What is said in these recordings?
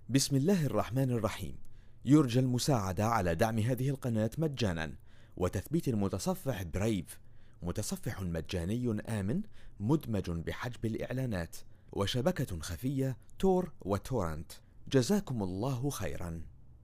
بسم الله الرحمن الرحيم. يرجى المساعدة على دعم هذه القناة مجانا وتثبيت المتصفح برايف، متصفح مجاني آمن مدمج بحجب الإعلانات وشبكة خفية تور وتورنت. جزاكم الله خيرا.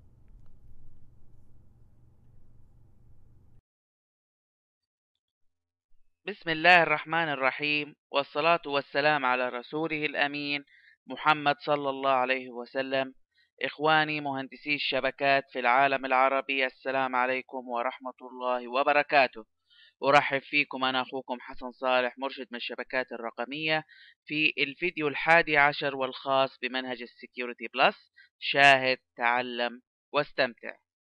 بسم الله الرحمن الرحيم، والصلاة والسلام على رسوله الأمين محمد صلى الله عليه وسلم. إخواني مهندسي الشبكات في العالم العربي، السلام عليكم ورحمة الله وبركاته. أرحب فيكم، أنا أخوكم حسن صالح، مرشد من الشبكات الرقمية، في الفيديو 11 والخاص بمنهج السكيورتي بلس. شاهد، تعلم، واستمتع.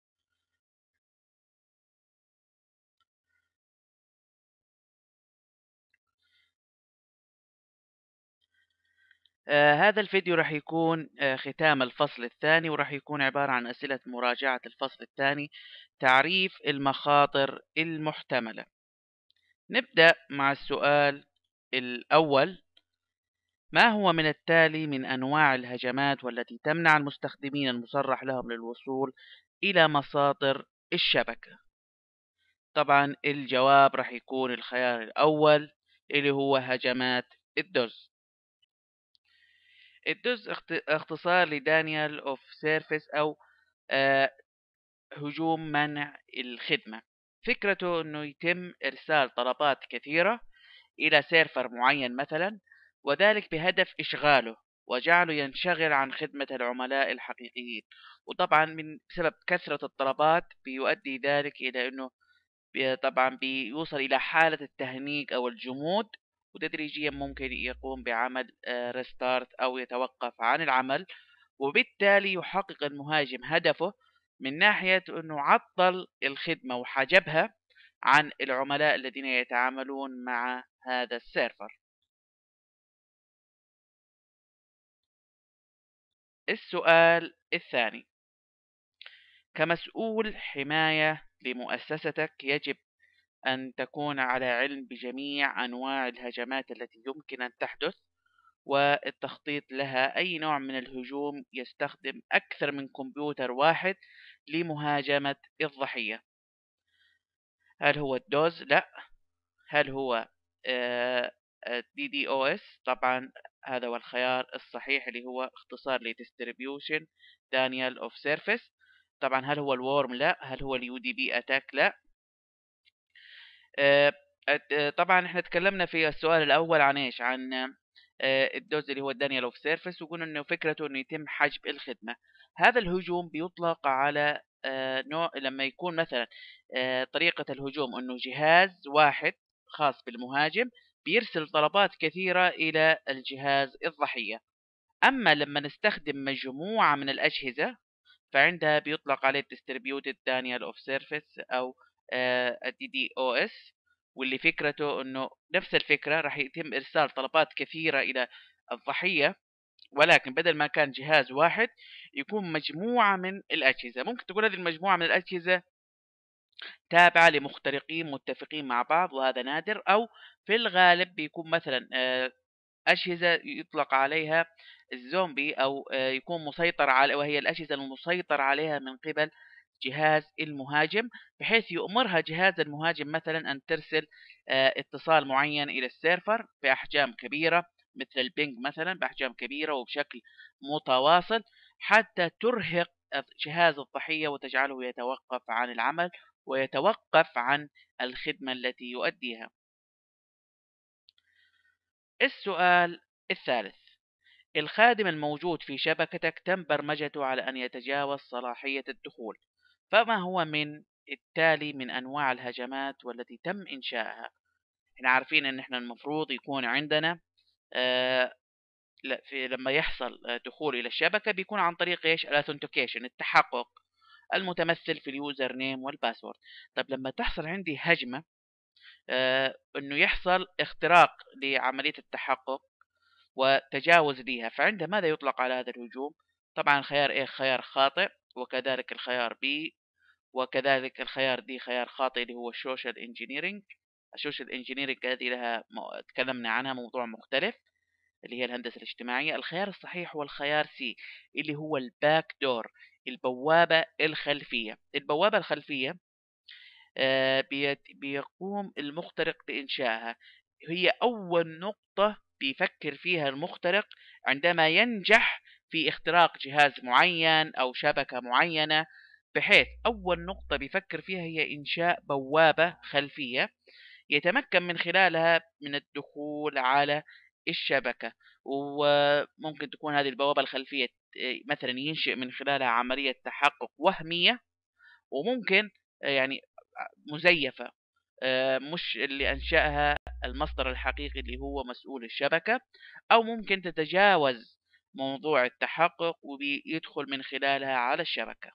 هذا الفيديو راح يكون ختام الفصل الثاني، وراح يكون عبارة عن أسئلة مراجعة الفصل الثاني، تعريف المخاطر المحتملة. نبدأ مع السؤال الأول: ما هو من التالي من أنواع الهجمات والتي تمنع المستخدمين المصرح لهم للوصول إلى مصادر الشبكة؟ طبعا الجواب راح يكون الخيار الأول، اللي هو هجمات الدوز. الدوز اختصار لدانيال اوف سيرفيس، او آه، هجوم منع الخدمة. فكرته انه يتم ارسال طلبات كثيرة الى سيرفر معين مثلا، وذلك بهدف اشغاله وجعله ينشغل عن خدمة العملاء الحقيقيين. وطبعا بسبب كثرة الطلبات بيؤدي ذلك الى انه طبعا بيوصل إلى حالة التهنيج أو الجمود، وتدريجيا ممكن يقوم بعمل ريستارت أو يتوقف عن العمل. وبالتالي يحقق المهاجم هدفه من ناحية أنه عطل الخدمة وحجبها عن العملاء الذين يتعاملون مع هذا السيرفر. السؤال الثاني: كمسؤول حماية لمؤسستك يجب أن تكون على علم بجميع أنواع الهجمات التي يمكن أن تحدث والتخطيط لها. أي نوع من الهجوم يستخدم أكثر من كمبيوتر واحد لمهاجمة الضحية؟ هل هو الدوز؟ لا. هل هو دي دي او اس؟ طبعا هذا هو الخيار الصحيح، اللي هو اختصار لديستريبيوشن دانيال اوف سيرفيس. طبعا هل هو الورم؟ لا. هل هو اليو دي بي اتاك؟ لا. آه، طبعا احنا تكلمنا في السؤال الاول عن ايش؟ عن الدوز اللي هو الدانيال اوف سيرفيس، وقلنا انه فكرته انه يتم حجب الخدمه. هذا الهجوم بيطلق على نوع لما يكون مثلا طريقه الهجوم انه جهاز واحد خاص بالمهاجم بيرسل طلبات كثيره الى الجهاز الضحيه. اما لما نستخدم مجموعه من الاجهزه فعندها بيطلق عليه Distributed Denial of Service أو الدي دي او اس. واللي فكرته انه نفس الفكرة راح يتم ارسال طلبات كثيرة الى الضحية، ولكن بدل ما كان جهاز واحد يكون مجموعة من الأجهزة. ممكن تقول هذه المجموعة من الأجهزة تابعة لمخترقين متفقين مع بعض، وهذا نادر. أو في الغالب بيكون مثلا أجهزة يطلق عليها الزومبي، أو يكون مسيطر على، وهي الأجهزة المسيطر عليها من قبل جهاز المهاجم، بحيث يؤمرها جهاز المهاجم مثلا أن ترسل اتصال معين إلى السيرفر بأحجام كبيرة، مثل البينج مثلا بأحجام كبيرة وبشكل متواصل، حتى ترهق جهاز الضحية وتجعله يتوقف عن العمل ويتوقف عن الخدمة التي يؤديها. السؤال الثالث: الخادم الموجود في شبكتك تم برمجته على أن يتجاوز صلاحية الدخول، فما هو من التالي من أنواع الهجمات والتي تم إنشائها؟ احنا عارفين ان احنا المفروض يكون عندنا آه لما يحصل دخول إلى الشبكة بيكون عن طريق ايش؟ الاثنتيكيشن، التحقق المتمثل في اليوزر نيم والباسورد. طب لما تحصل عندي هجمة انه يحصل اختراق لعملية التحقق وتجاوز ليها، فعند ماذا يطلق على هذا الهجوم؟ طبعا الخيار A خيار خاطئ، وكذلك الخيار B، وكذلك الخيار D خيار خاطئ، اللي هو السوشيال انجينيرينج. السوشيال انجينيرينج هذه لها تكلمنا عنها، موضوع مختلف. اللي هي الهندسة الاجتماعية. الخيار الصحيح هو الخيار سي اللي هو الباك دور، البوابة الخلفية. البوابة الخلفية بيقوم المخترق بإنشائها. هي أول نقطة بيفكر فيها المخترق عندما ينجح في اختراق جهاز معين أو شبكة معينة، بحيث أول نقطة بيفكر فيها هي إنشاء بوابة خلفية يتمكن من خلالها من الدخول على الشبكة. وممكن تكون هذه البوابة الخلفية مثلا ينشئ من خلالها عملية تحقق وهمية، وممكن يعني مزيفة، مش اللي أنشأها المصدر الحقيقي اللي هو مسؤول الشبكة، أو ممكن تتجاوز موضوع التحقق ويدخل من خلالها على الشبكة.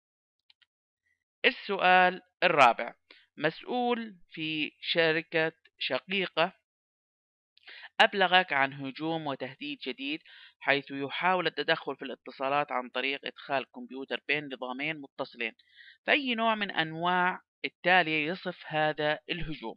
السؤال الرابع: مسؤول في شركة شقيقة أبلغك عن هجوم وتهديد جديد، حيث يحاول التدخل في الاتصالات عن طريق إدخال كمبيوتر بين نظامين متصلين. فأي نوع من أنواع التالية يصف هذا الهجوم؟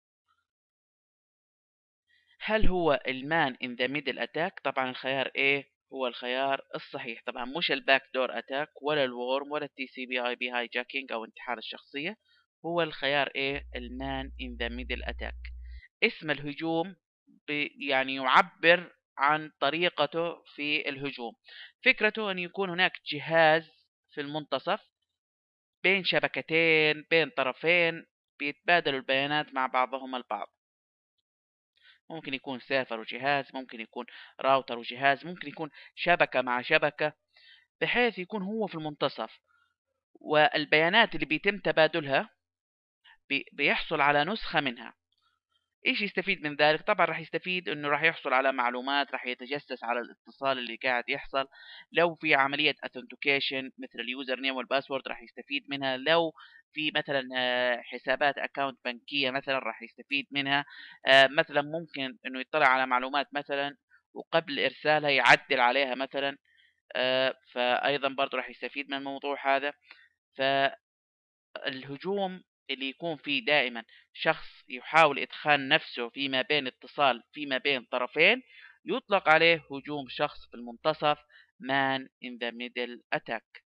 هل هو المان in the middle attack؟ طبعا الخيار A هو الخيار الصحيح. طبعا مش الباك دور اتاك ولا الورم ولا التي سي بي اي بي هايجاكينج او انتحال الشخصية. هو الخيار A المان in the middle attack. اسم الهجوم يعني يعبر عن طريقته في الهجوم. فكرته أن يكون هناك جهاز في المنتصف بين شبكتين بين طرفين بيتبادلوا البيانات مع بعضهم البعض. ممكن يكون سيرفر وجهاز، ممكن يكون راوتر وجهاز، ممكن يكون شبكة مع شبكة، بحيث يكون هو في المنتصف، والبيانات اللي بيتم تبادلها بيحصل على نسخة منها. ايش يستفيد من ذلك؟ طبعا راح يستفيد انه راح يحصل على معلومات، راح يتجسس على الاتصال اللي قاعد يحصل. لو في عملية authentication مثل اليوزر نيم والباسورد راح يستفيد منها. لو في مثلا حسابات اكاونت بنكية مثلا راح يستفيد منها. مثلا ممكن انه يطلع على معلومات مثلا وقبل ارسالها يعدل عليها مثلا. فايضا برضه راح يستفيد من الموضوع هذا. ف الهجوم اللي يكون فيه دائما شخص يحاول إدخال نفسه فيما بين اتصال فيما بين طرفين يطلق عليه هجوم شخص في المنتصف man in the middle attack.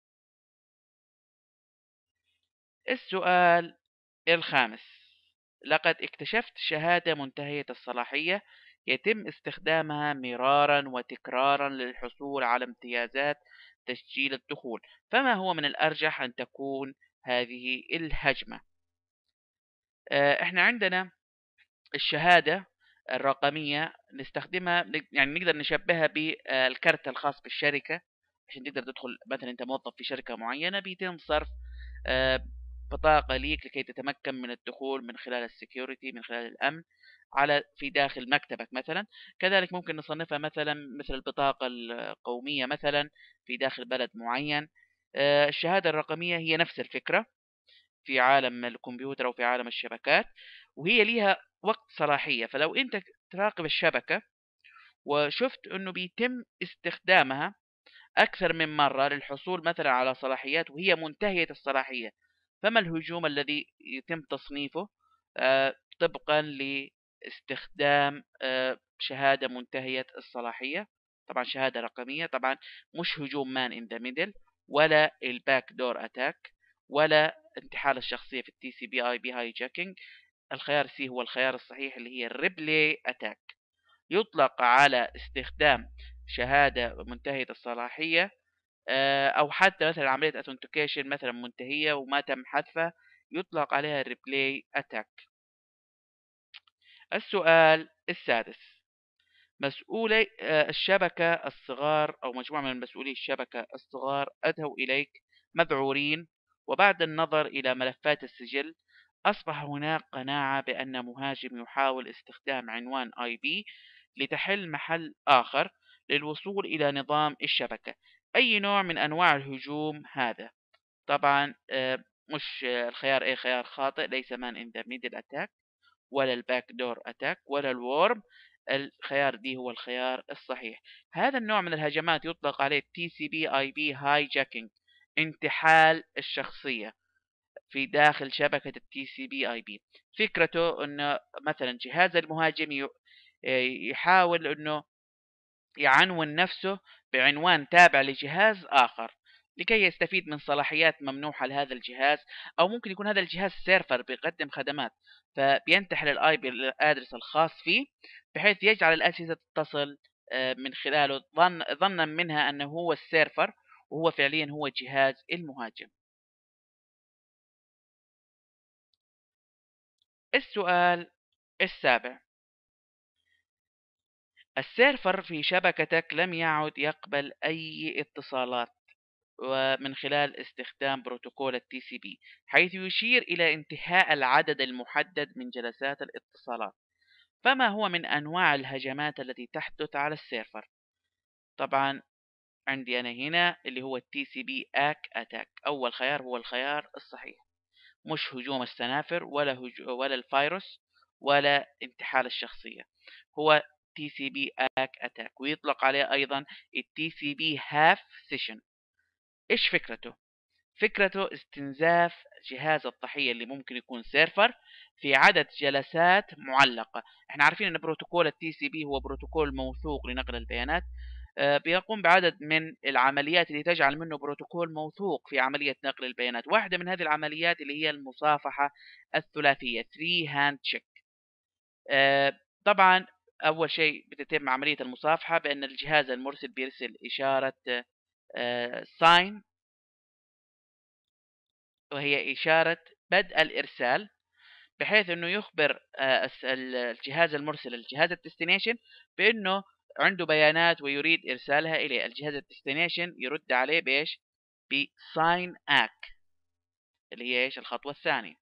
السؤال الخامس: لقد اكتشفت شهادة منتهية الصلاحية يتم استخدامها مرارا وتكرارا للحصول على امتيازات تسجيل الدخول، فما هو من الأرجح أن تكون هذه الهجمة؟ احنا عندنا الشهادة الرقمية نستخدمها، يعني نقدر نشبهها بالكرت الخاص بالشركة. عشان تقدر تدخل مثلا انت موظف في شركة معينة بيتم صرف آه، بطاقة ليك لكي تتمكن من الدخول من خلال السكيورتي، من خلال الأمن على في داخل مكتبك مثلا. كذلك ممكن نصنفها مثلا مثل البطاقة القومية مثلا في داخل بلد معين. الشهادة الرقمية هي نفس الفكرة في عالم الكمبيوتر أو في عالم الشبكات، وهي ليها وقت صلاحية. فلو أنت تراقب الشبكة وشفت أنه بيتم استخدامها أكثر من مرة للحصول مثلا على صلاحيات وهي منتهية الصلاحية، فما الهجوم الذي يتم تصنيفه طبقا لاستخدام شهادة منتهية الصلاحية؟ طبعا شهادة رقمية. طبعا مش هجوم مان ان ذا ميدل، ولا الباك دور اتاك، ولا انتحال الشخصية في التي سي بي اي بي هايجاكينج. الخيار سي هو الخيار الصحيح اللي هي الريبلي اتاك. يطلق على استخدام شهادة منتهية الصلاحية او حتى مثلا عملية authentication مثلا منتهية وما تم حذفها يطلق عليها الريبلاي اتاك. السؤال السادس: مسؤولي الشبكة الصغار أو مجموعة من مسؤولي الشبكة الصغار أدهوا إليك مذعورين، وبعد النظر إلى ملفات السجل أصبح هناك قناعة بأن مهاجم يحاول استخدام عنوان IP لتحل محل آخر للوصول إلى نظام الشبكة. أي نوع من أنواع الهجوم هذا؟ طبعا مش الخيار A خيار خاطئ، ليس مان in the middle attack ولا الباك دور اتاك ولا الورم. الخيار دي هو الخيار الصحيح. هذا النوع من الهجمات يطلق عليه تي سي بي اي بي هايجاكينج، انتحال الشخصية في داخل شبكة التي سي بي اي بي. فكرته انه مثلا جهاز المهاجم يحاول انه يعنون نفسه بعنوان تابع لجهاز آخر لكي يستفيد من صلاحيات ممنوحة لهذا الجهاز، أو ممكن يكون هذا الجهاز سيرفر بيقدم خدمات، فبينتحل الاي بي ادرس الخاص فيه بحيث يجعل الأجهزة تتصل من خلاله ظنا منها أنه هو السيرفر، وهو فعليا هو جهاز المهاجم. السؤال السابع: السيرفر في شبكتك لم يعد يقبل أي اتصالات ومن خلال استخدام بروتوكول التي سي بي، حيث يشير إلى انتهاء العدد المحدد من جلسات الاتصالات. فما هو من أنواع الهجمات التي تحدث على السيرفر؟ طبعا عندي أنا هنا اللي هو التي سي بي اك اتاك. أول خيار هو الخيار الصحيح، مش هجوم السنافر ولا الفيروس ولا انتحال الشخصية، هو تي سي بي اك اتاك، ويطلق عليه أيضا التي سي بي هاف سيشن. إيش فكرته؟ فكرته استنزاف جهاز الضحية اللي ممكن يكون سيرفر في عدد جلسات معلقة. احنا عارفين ان بروتوكول التي سي بي هو بروتوكول موثوق لنقل البيانات، بيقوم بعدد من العمليات اللي تجعل منه بروتوكول موثوق في عملية نقل البيانات. واحدة من هذه العمليات اللي هي المصافحة الثلاثية 3 hand check. طبعا أول شيء بتتم عملية المصافحة بأن الجهاز المرسل بيرسل إشارة ساين، وهي إشارة بدء الإرسال، بحيث أنه يخبر الجهاز المرسل الجهاز الديستنيشن بأنه عنده بيانات ويريد إرسالها إليه. الجهاز الديستنيشن يرد عليه بإيش؟ بساين أك، اللي هي إيش الخطوة الثانية.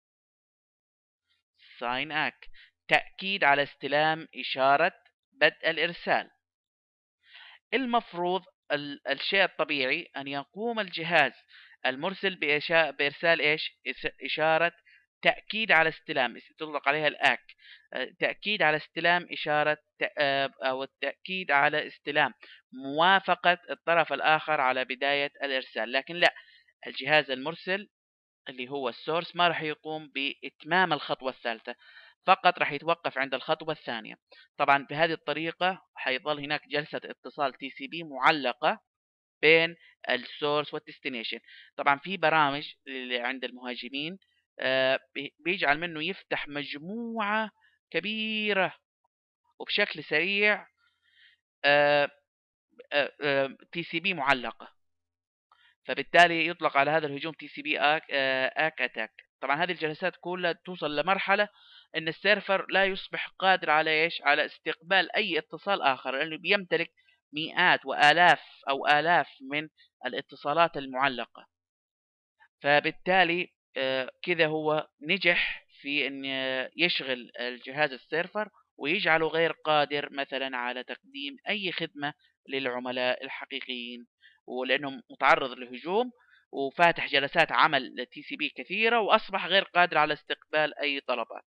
ساين أك تأكيد على استلام إشارة بدء الإرسال. المفروض الشيء الطبيعي أن يقوم الجهاز المرسل بإرسال إيش؟ إشارة تأكيد على استلام، تطلق عليها الآك، تأكيد على استلام إشارة أو التأكيد على استلام موافقة الطرف الآخر على بداية الإرسال. لكن لا، الجهاز المرسل اللي هو السورس ما راح يقوم بإتمام الخطوة الثالثة، فقط راح يتوقف عند الخطوة الثانية. طبعا بهذه الطريقة حيظل هناك جلسة اتصال تي سي بي معلقة بين السورس والديستنيشن. طبعا في برامج اللي عند المهاجمين بيجعل منه يفتح مجموعة كبيرة وبشكل سريع تي سي بي معلقة، فبالتالي يطلق على هذا الهجوم تي سي بي اك اتاك. طبعا هذه الجلسات كلها توصل لمرحلة ان السيرفر لا يصبح قادر على ايش؟ على استقبال اي اتصال اخر، لانه بيمتلك مئات والاف او الاف من الاتصالات المعلقة. فبالتالي كذا هو نجح في ان يشغل الجهاز السيرفر ويجعله غير قادر مثلا على تقديم اي خدمة للعملاء الحقيقيين، ولانه متعرض للهجوم وفاتح جلسات عمل تي سي بي كثيرة، واصبح غير قادر على استقبال اي طلبات.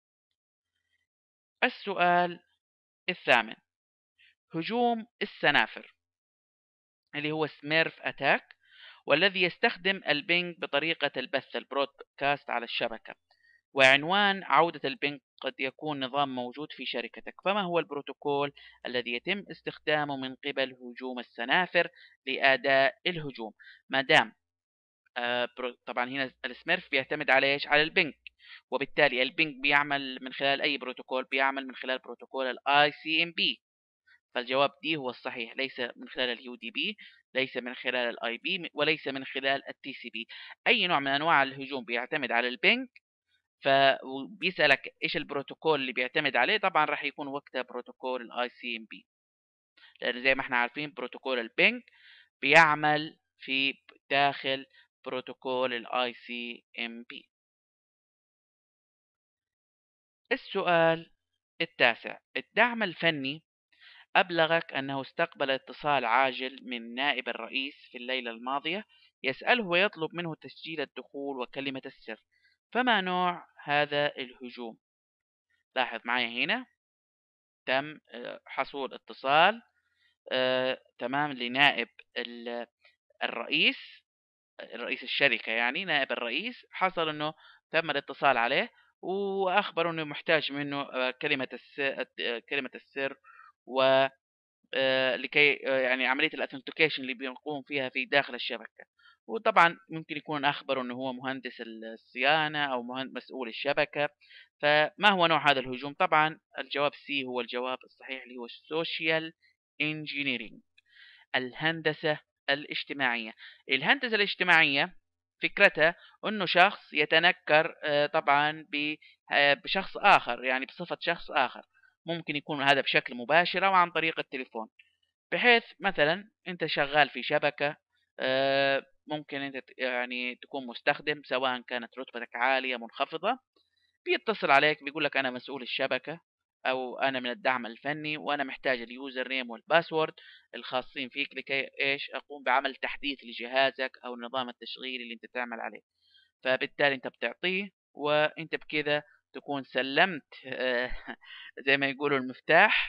السؤال الثامن: هجوم السنافر اللي هو سميرف اتاك، والذي يستخدم البينج بطريقة البث البرودكاست على الشبكة. وعنوان عودة البنك قد يكون نظام موجود في شركتك. فما هو البروتوكول الذي يتم استخدامه من قبل هجوم السنافر لأداء الهجوم؟ ما دام طبعا هنا السميرف بيعتمد على ايش؟ على البنك، وبالتالي البنك بيعمل من خلال اي بروتوكول؟ بيعمل من خلال بروتوكول الاي سي ام بي. فالجواب دي هو الصحيح، ليس من خلال اليو دي بي، ليس من خلال الاي بي، وليس من خلال التي سي بي. اي نوع من انواع الهجوم بيعتمد على البنك فبيسألك ايش البروتوكول اللي بيعتمد عليه، طبعا راح يكون وقتها بروتوكول الاي سي ام بي، لان زي ما احنا عارفين بروتوكول البينج بيعمل في داخل بروتوكول الاي سي ام بي. السؤال التاسع: الدعم الفني أبلغك أنه استقبل اتصال عاجل من نائب الرئيس في الليلة الماضية يسأله ويطلب منه تسجيل الدخول وكلمة السر. فما نوع هذا الهجوم؟ لاحظ معي هنا تم حصول اتصال تمام لنائب الرئيس، رئيس الشركة، يعني نائب الرئيس، حصل انه تم الاتصال عليه واخبره انه محتاج منه كلمة السر لكي يعني عملية الauthentication اللي بيقوم فيها في داخل الشبكة. وطبعًا ممكن يكون أخبره إنه هو مهندس الصيانة أو مسؤول الشبكة. فما هو نوع هذا الهجوم؟ طبعًا الجواب C هو الجواب الصحيح، اللي هو الsocial engineering، الهندسة الاجتماعية. الهندسة الاجتماعية فكرتها إنه شخص يتنكر طبعًا بشخص آخر، يعني بصفة شخص آخر، ممكن يكون هذا بشكل مباشر أو عن طريق التليفون. بحيث مثلًا أنت شغال في شبكة، ممكن أنت يعني تكون مستخدم، سواء كانت رتبتك عالية منخفضة، بيتصل عليك بيقول لك أنا مسؤول الشبكة، أو أنا من الدعم الفني وأنا محتاج اليوزر نيم والباسورد الخاصين فيك لكي إيش أقوم بعمل تحديث لجهازك أو النظام التشغيلي اللي أنت تعمل عليه. فبالتالي أنت بتعطيه، وأنت بكذا تكون سلمت زي ما يقولوا المفتاح،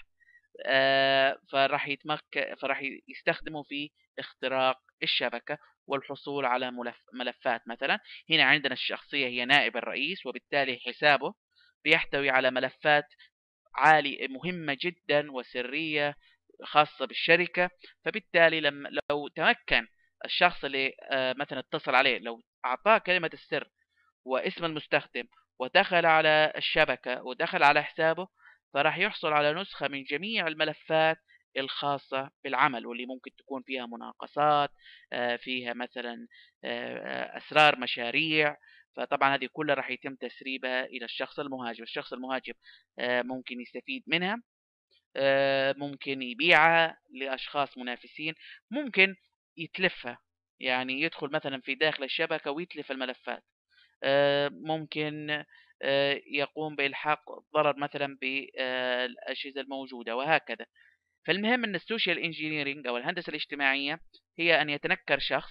فراح يستخدمه في اختراق الشبكة والحصول على ملفات مثلا. هنا عندنا الشخصية هي نائب الرئيس، وبالتالي حسابه بيحتوي على ملفات عالية مهمة جدا وسرية خاصة بالشركة. فبالتالي لو تمكن الشخص اللي مثلا اتصل عليه، لو أعطاه كلمة السر واسم المستخدم ودخل على الشبكة ودخل على حسابه، فراح يحصل على نسخة من جميع الملفات الخاصة بالعمل، واللي ممكن تكون فيها مناقصات، فيها مثلا أسرار مشاريع. فطبعا هذه كلها راح يتم تسريبها إلى الشخص المهاجم. الشخص المهاجم ممكن يستفيد منها، ممكن يبيعها لأشخاص منافسين، ممكن يتلفها، يعني يدخل مثلا في داخل الشبكة ويتلف الملفات، ممكن يقوم بإلحاق ضرر مثلا بالأجهزة الموجودة وهكذا. فالمهم أن السوشيال انجينيرينج أو الهندسة الاجتماعية هي أن يتنكر شخص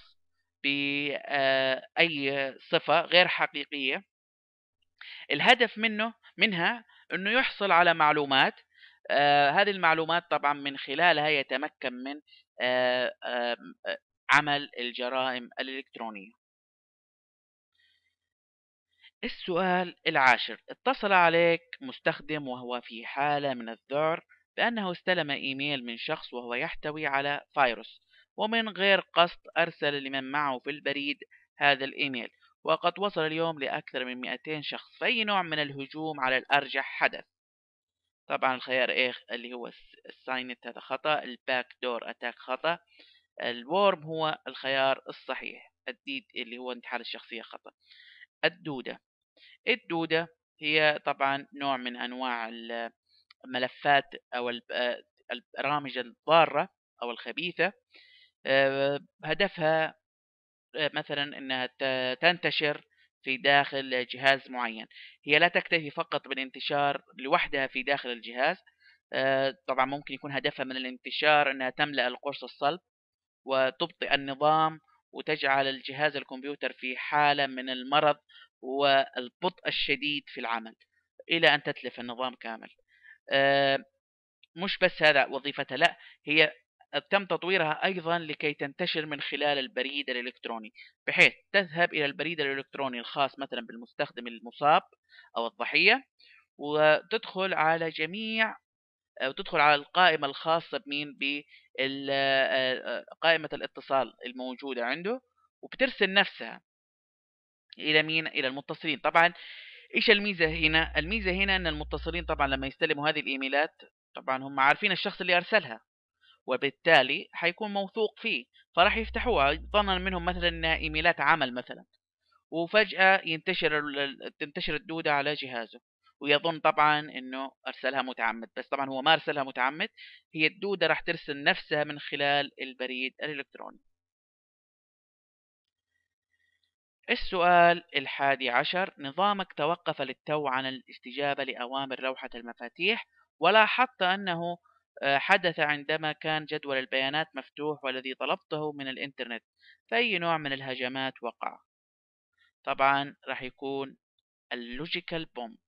بأي صفة غير حقيقية، الهدف منها أنه يحصل على معلومات. هذه المعلومات طبعا من خلالها يتمكن من آه، آه، عمل الجرائم الإلكترونية. السؤال العاشر: اتصل عليك مستخدم وهو في حالة من الذعر بأنه استلم إيميل من شخص وهو يحتوي على فيروس، ومن غير قصد أرسل لمن معه في البريد هذا الإيميل، وقد وصل اليوم لأكثر من 200 شخص. فأي نوع من الهجوم على الأرجح حدث؟ طبعا الخيار إيه اللي هو الساينت هذا خطأ، الباك دور أتاك خطأ، الورم هو الخيار الصحيح، الديد اللي هو انتحال الشخصية خطأ. الدودة. الدودة هي طبعا نوع من أنواع الملفات أو البرامج الضارة أو الخبيثة. هدفها مثلا أنها تنتشر في داخل جهاز معين. هي لا تكتفي فقط بالانتشار لوحدها في داخل الجهاز، طبعا ممكن يكون هدفها من الانتشار أنها تملأ القرص الصلب وتبطئ النظام، وتجعل الجهاز الكمبيوتر في حالة من المرض والبطء الشديد في العمل إلى أن تتلف النظام كامل. مش بس هذا وظيفتها، لا، هي تم تطويرها أيضا لكي تنتشر من خلال البريد الإلكتروني، بحيث تذهب إلى البريد الإلكتروني الخاص مثلا بالمستخدم المصاب أو الضحية، وتدخل على جميع وتدخل على القائمة الخاصة بمين، بقائمة الاتصال الموجودة عنده، وبترسل نفسها إلى مين؟ إلى المتصلين. طبعا إيش الميزة هنا؟ الميزة هنا أن المتصلين طبعا لما يستلموا هذه الإيميلات، طبعا هم عارفين الشخص اللي أرسلها، وبالتالي حيكون موثوق فيه، فراح يفتحوها ظنا منهم مثلا انها ايميلات عمل مثلا، وفجأة تنتشر الدودة على جهازه، ويظن طبعا انه ارسلها متعمد، بس طبعا هو ما ارسلها متعمد، هي الدودة راح ترسل نفسها من خلال البريد الالكتروني. السؤال 11: نظامك توقف للتو عن الاستجابة لأوامر لوحة المفاتيح، ولاحظت أنه حدث عندما كان جدول البيانات مفتوح والذي طلبته من الإنترنت. فأي نوع من الهجمات وقع؟ طبعا راح يكون اللوجيكال بوم،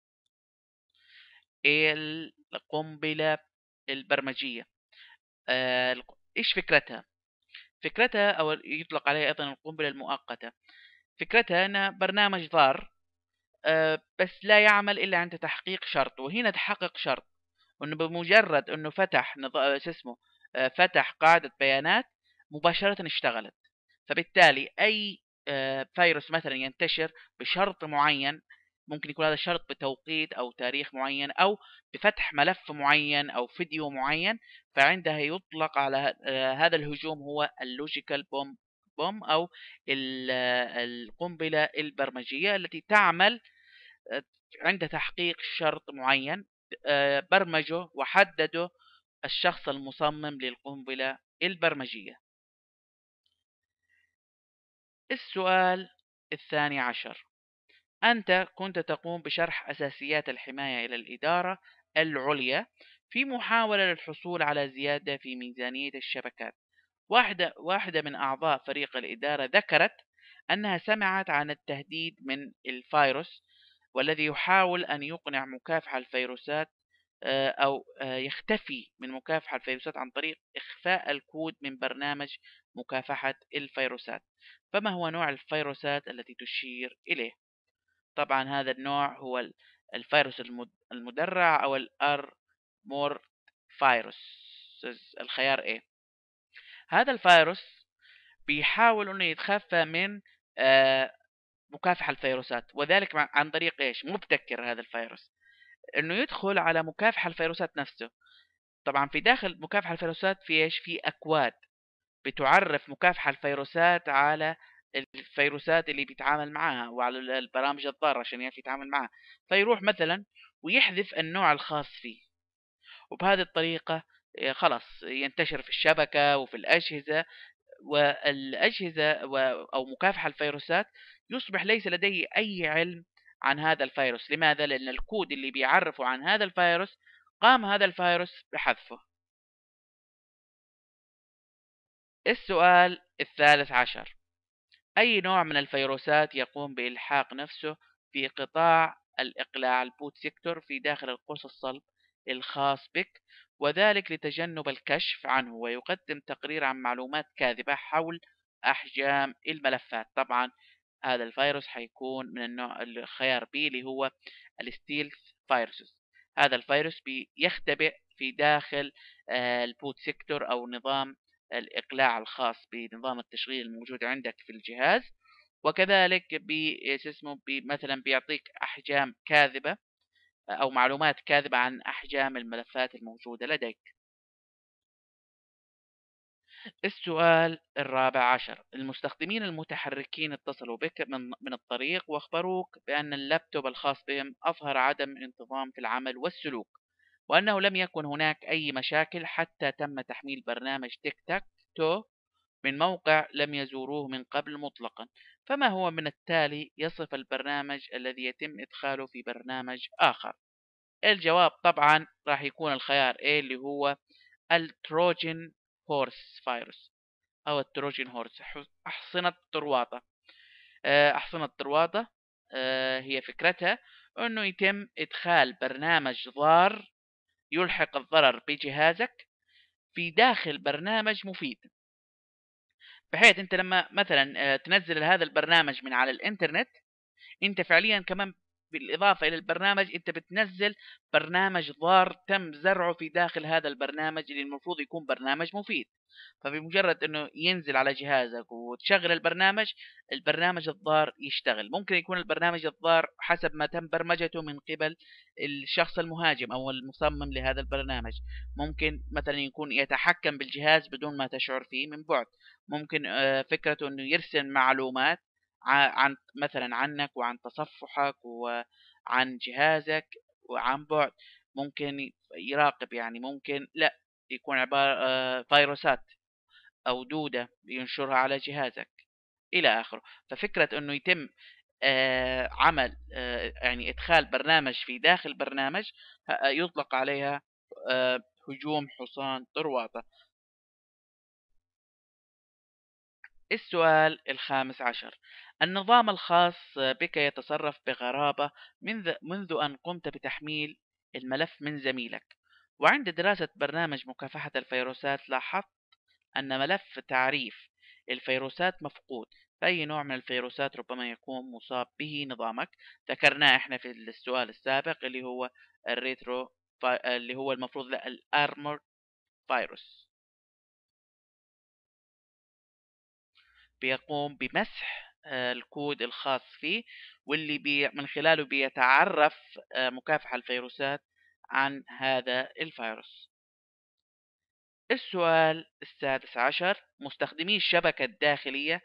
القنبلة البرمجية. إيش فكرتها؟ فكرتها أو يطلق عليها أيضا القنبلة المؤقتة. فكرتها أن برنامج ضار، بس لا يعمل إلا عند تحقيق شرط، وهنا تحقق شرط أنه بمجرد أنه فتح شو اسمه فتح قاعدة بيانات مباشرة اشتغلت. فبالتالي أي فيروس مثلا ينتشر بشرط معين، ممكن يكون هذا الشرط بتوقيت أو تاريخ معين أو بفتح ملف معين أو فيديو معين، فعندها يطلق على هذا الهجوم هو اللوجيكال بوم أو القنبلة البرمجية التي تعمل آه، عند تحقيق شرط معين برمجه وحدده الشخص المصمم للقنبلة البرمجية. السؤال الثاني عشر: أنت كنت تقوم بشرح أساسيات الحماية إلى الإدارة العليا في محاولة للحصول على زيادة في ميزانية الشبكات. واحدة من أعضاء فريق الإدارة ذكرت أنها سمعت عن التهديد من الفيروس، والذي يحاول أن يقنع مكافح الفيروسات أو يختفي من مكافحة الفيروسات عن طريق إخفاء الكود من برنامج مكافحة الفيروسات. فما هو نوع الفيروسات التي تشير إليه؟ طبعا هذا النوع هو الفيروس المدرع أو الأرمور فيروس، الخيار A. هذا الفيروس بيحاول أنه يتخفى من آه، مكافحة الفيروسات، وذلك عن طريق إيش؟ مبتكر هذا الفيروس أنه يدخل على مكافحة الفيروسات نفسه. طبعا في داخل مكافحة الفيروسات في إيش؟ في أكواد بتعرف مكافحة الفيروسات على الفيروسات اللي بيتعامل معاها وعلى البرامج الضارة عشان يعرف يتعامل معها. فيروح مثلا ويحذف النوع الخاص فيه، وبهذه الطريقة خلاص ينتشر في الشبكة وفي الأجهزة. والأجهزة أو مكافحة الفيروسات يصبح ليس لديه أي علم عن هذا الفيروس. لماذا؟ لأن الكود اللي بيعرفه عن هذا الفيروس قام هذا الفيروس بحذفه. السؤال الثالث عشر: أي نوع من الفيروسات يقوم بإلحاق نفسه في قطاع الإقلاع البوت سيكتور في داخل القوس الصلب الخاص بك، وذلك لتجنب الكشف عنه، ويقدم تقرير عن معلومات كاذبة حول أحجام الملفات؟ طبعا هذا الفيروس حيكون من النوع الخيار بي اللي هو الستيلث فيروس. هذا الفيروس بيختبئ في داخل البوت سيكتور أو نظام الإقلاع الخاص بنظام التشغيل الموجود عندك في الجهاز، وكذلك مثلا بيعطيك أحجام كاذبة أو معلومات كاذبة عن أحجام الملفات الموجودة لديك. السؤال الرابع عشر: المستخدمين المتحركين اتصلوا بك من الطريق وأخبروك بأن اللابتوب الخاص بهم أظهر عدم انتظام في العمل والسلوك، وأنه لم يكن هناك أي مشاكل حتى تم تحميل برنامج تيك تاك تو من موقع لم يزوروه من قبل مطلقا. فما هو من التالي يصف البرنامج الذي يتم إدخاله في برنامج آخر؟ الجواب طبعا راح يكون الخيار A اللي هو التروجن هورس فيروس أو التروجن هورس، أحصنة طرواطة. أحصنة طرواطة هي فكرتها أنه يتم إدخال برنامج ضار يلحق الضرر بجهازك في داخل برنامج مفيد، بحيث أنت لما مثلا تنزل هذا البرنامج من على الإنترنت، انت فعليا كمان بالاضافه الى البرنامج انت بتنزل برنامج ضار تم زرعه في داخل هذا البرنامج اللي المفروض يكون برنامج مفيد. فبمجرد انه ينزل على جهازك وتشغل البرنامج الضار يشتغل. ممكن يكون البرنامج الضار حسب ما تم برمجته من قبل الشخص المهاجم او المصمم لهذا البرنامج. ممكن مثلا يكون يتحكم بالجهاز بدون ما تشعر فيه من بعد. ممكن فكرته انه يرسل معلومات عن مثلا عنك وعن تصفحك وعن جهازك وعن بعد. ممكن يراقب، يعني ممكن لا يكون عبارة فيروسات أو دودة ينشرها على جهازك إلى آخره. ففكرة أنه يتم عمل يعني إدخال برنامج في داخل برنامج يطلق عليها هجوم حصان طروادة. السؤال الخامس عشر: النظام الخاص بك يتصرف بغرابة منذ أن قمت بتحميل الملف من زميلك، وعند دراسة برنامج مكافحة الفيروسات لاحظت أن ملف تعريف الفيروسات مفقود. فأي نوع من الفيروسات ربما يكون مصاب به نظامك؟ ذكرناه احنا في السؤال السابق اللي هو الريترو اللي هو المفروض الارمور فيروس. بيقوم بمسح الكود الخاص فيه، واللي من خلاله بيتعرف مكافح الفيروسات عن هذا الفيروس. السؤال السادس عشر: مستخدمي الشبكة الداخلية،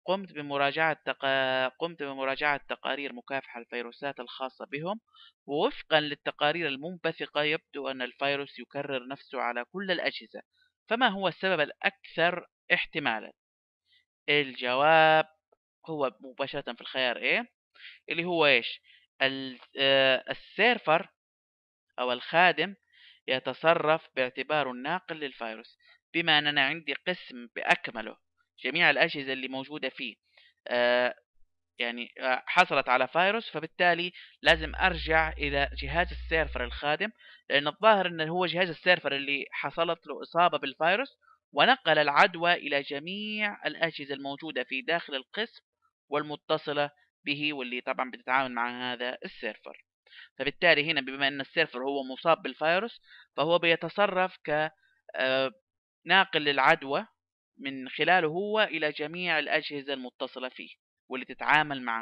قمت بمراجعة تقارير مكافحة الفيروسات الخاصة بهم، ووفقا للتقارير المنبثقة يبدو أن الفيروس يكرر نفسه على كل الأجهزة، فما هو السبب الأكثر احتمالا؟ الجواب هو مباشرة في الخيار A، اللي هو إيش؟ السيرفر أو الخادم يتصرف باعتباره الناقل للفيروس، بما أننا عندي قسم بأكمله جميع الأجهزة اللي موجودة فيه آه، حصلت على فيروس، فبالتالي لازم أرجع إلى جهاز السيرفر الخادم، لأن الظاهر أنه هو جهاز السيرفر اللي حصلت له إصابة بالفيروس، ونقل العدوى إلى جميع الأجهزة الموجودة في داخل القسم والمتصلة به، واللي طبعا بتتعامل مع هذا السيرفر. فبالتالي هنا بما أن السيرفر هو مصاب بالفيروس، فهو بيتصرف ك ناقل للعدوى من خلاله هو إلى جميع الأجهزة المتصلة فيه واللي تتعامل معه.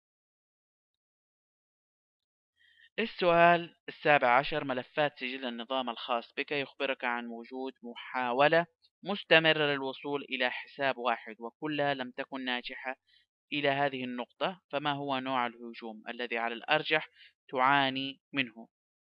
السؤال السابع عشر: ملفات سجل النظام الخاص بك يخبرك عن وجود محاولة مستمرة للوصول إلى حساب واحد وكلها لم تكن ناجحة إلى هذه النقطة، فما هو نوع الهجوم الذي على الأرجح تعاني منه؟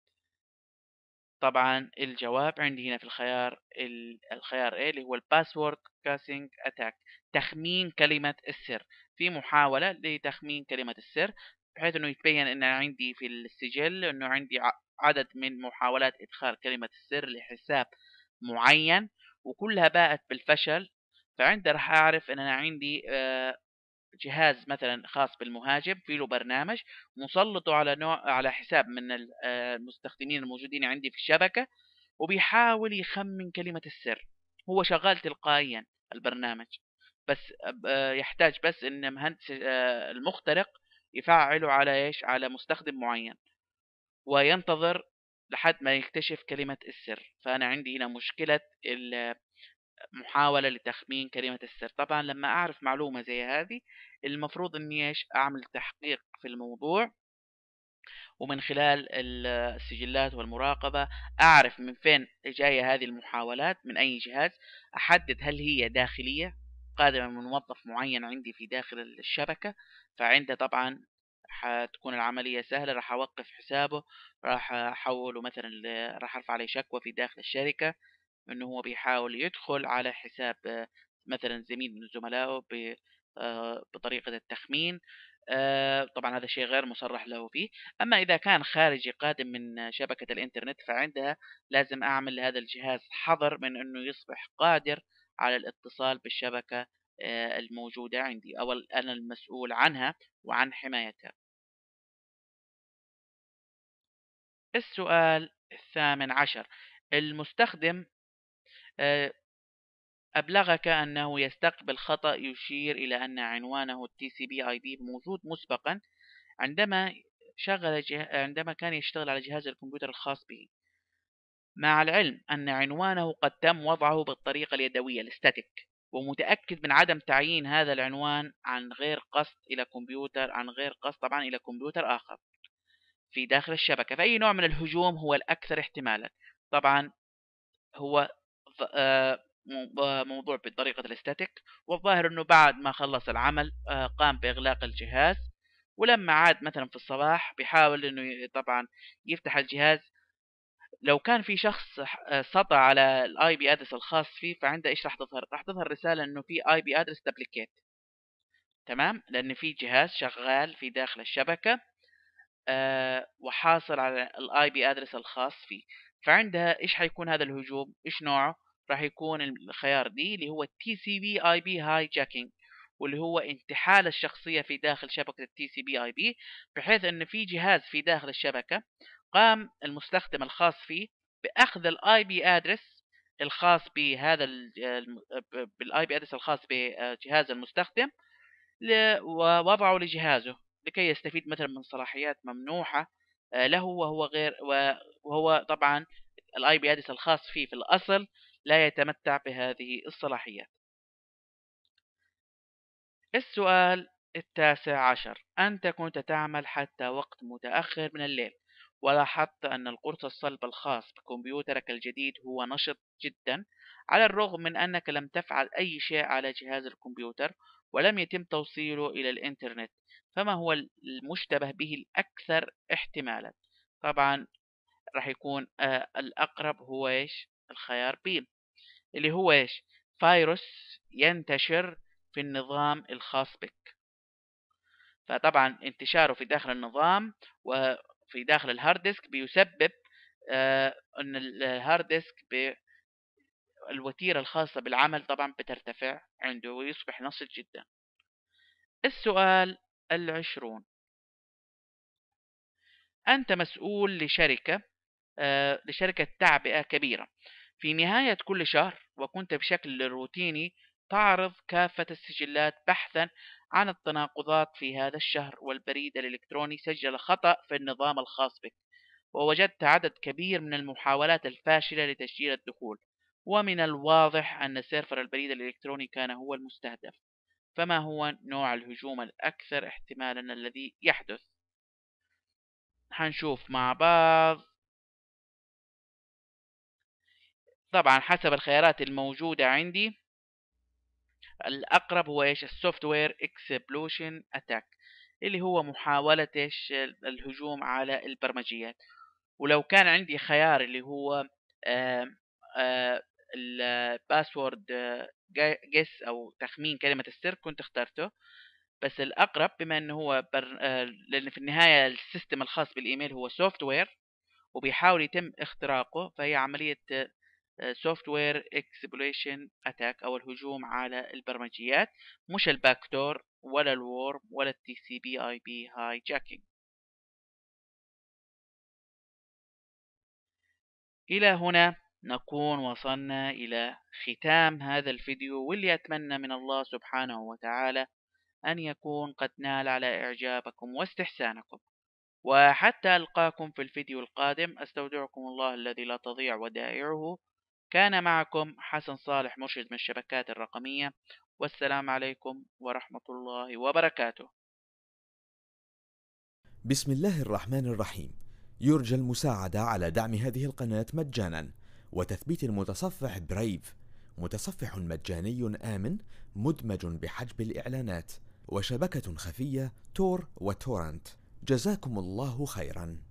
طبعا الجواب عندي هنا في الخيار A، اللي هو الباسورد كاسينج اتاك، تخمين كلمة السر. في محاولة لتخمين كلمة السر، بحيث انه يتبين ان عندي في السجل انه عندي عدد من محاولات ادخال كلمة السر لحساب معين، وكلها باءت بالفشل. فعندها راح اعرف ان انا عندي جهاز مثلا خاص بالمهاجم في له برنامج مسلطه على حساب من المستخدمين الموجودين عندي في الشبكة، وبيحاول يخمن كلمة السر. هو شغال تلقائيا البرنامج، بس يحتاج بس ان مهندس المخترق يفعله على ايش؟ على مستخدم معين، وينتظر لحد ما يكتشف كلمة السر. فأنا عندي هنا مشكلة محاولة لتخمين كلمة السر. طبعا لما أعرف معلومة زي هذه، المفروض أني إيش؟ أعمل تحقيق في الموضوع، ومن خلال السجلات والمراقبة أعرف من فين جاية هذه المحاولات، من أي جهاز، أحدد هل هي داخلية قادمة من موظف معين عندي في داخل الشبكة. فعنده طبعا حتكون العملية سهلة، راح أوقف حسابه، راح أحوله مثلا راح أرفع عليه شكوى في داخل الشركة انه هو بيحاول يدخل على حساب مثلا زميل من زملائه بطريقة التخمين. طبعا هذا شيء غير مصرح له فيه. اما اذا كان خارجي قادم من شبكة الانترنت، فعندها لازم اعمل لهذا الجهاز حظر من انه يصبح قادر على الاتصال بالشبكة الموجودة عندي، او انا المسؤول عنها وعن حمايتها. السؤال الثامن عشر: المستخدم آه، أبلغك أنه يستقبل خطأ يشير إلى أن عنوانه TCP/IP موجود مسبقا عندما كان يشتغل على جهاز الكمبيوتر الخاص به، مع العلم أن عنوانه قد تم وضعه بالطريقة اليدوية الستاتيك، ومتأكد من عدم تعيين هذا العنوان عن غير قصد طبعا إلى كمبيوتر آخر في داخل الشبكة. فأي نوع من الهجوم هو الأكثر احتمالا؟ طبعا هو موضوع بطريقة الاستاتيك، والظاهر انه بعد ما خلص العمل قام باغلاق الجهاز، ولما عاد مثلا في الصباح بيحاول انه طبعا يفتح الجهاز. لو كان في شخص سطع على الاي بي ادرس الخاص فيه، فعنده ايش راح تظهر؟ راح تظهر رسالة انه في اي بي ادرس دبليكيت. تمام، لان في جهاز شغال في داخل الشبكة وحاصل على الاي بي ادرس الخاص فيه. فعندها ايش حيكون هذا الهجوم؟ ايش نوعه؟ راح يكون الخيار دي اللي هو التي سي بي اي بي هاي جاكينج، واللي هو انتحال الشخصية في داخل شبكة التي سي بي اي بي، بحيث ان في جهاز في داخل الشبكة قام المستخدم الخاص فيه باخذ الاي بي ادرس الخاص بهذا بالاي بي ادرس الخاص بجهاز المستخدم، ووضعه لجهازه لكي يستفيد مثلا من صلاحيات ممنوحة له، وهو طبعا الاي بي ادرس الخاص فيه في الاصل لا يتمتع بهذه الصلاحيات. السؤال 19: أنت كنت تعمل حتى وقت متأخر من الليل، ولاحظت أن القرص الصلب الخاص بكمبيوترك الجديد هو نشط جدا، على الرغم من أنك لم تفعل أي شيء على جهاز الكمبيوتر ولم يتم توصيله إلى الإنترنت. فما هو المشتبه به الأكثر احتمالا؟ طبعا راح يكون الأقرب هو إيش؟ الخيار بي، اللي هو إيش؟ فيروس ينتشر في النظام الخاص بك. فطبعا انتشاره في داخل النظام وفي داخل الهارد ديسك بيسبب ان الهارد ديسك بالوتيرة الخاصة بالعمل طبعا بترتفع عنده ويصبح نشط جدا. السؤال 20: أنت مسؤول لشركة تعبئة كبيرة في نهاية كل شهر، وكنت بشكل روتيني تعرض كافة السجلات بحثا عن التناقضات في هذا الشهر، والبريد الإلكتروني سجل خطأ في النظام الخاص بك، ووجدت عدد كبير من المحاولات الفاشلة لتسجيل الدخول، ومن الواضح أن سيرفر البريد الإلكتروني كان هو المستهدف. فما هو نوع الهجوم الأكثر احتمالا الذي يحدث؟ هنشوف مع بعض. طبعا حسب الخيارات الموجودة عندي الأقرب هو إيش؟ السوفت وير اكسبلوشن أتاك، اللي هو محاولة إيش؟ الهجوم على البرمجيات. ولو كان عندي خيار اللي هو الباسورد جيس أو تخمين كلمة السر كنت اخترته. بس الأقرب بما أنه هو لأن في النهاية السيستم الخاص بالإيميل هو سوفت وير وبيحاول يتم اختراقه، فهي عملية سوفت وير اكسبلويشن اتاك او الهجوم على البرمجيات، مش الباكتور ولا الورم ولا التي سي بي اي بي هاي جاكينج. الى هنا نكون وصلنا الى ختام هذا الفيديو، واللي اتمنى من الله سبحانه وتعالى ان يكون قد نال على اعجابكم واستحسانكم. وحتى ألقاكم في الفيديو القادم، أستودعكم الله الذي لا تضيع ودائعه. كان معكم حسن صالح، مرشد من الشبكات الرقمية، والسلام عليكم ورحمة الله وبركاته. بسم الله الرحمن الرحيم. يرجى المساعدة على دعم هذه القناة مجانا وتثبيت المتصفح برايف، متصفح مجاني آمن مدمج بحجب الإعلانات، وشبكة خفية تور وتورنت. جزاكم الله خيرا.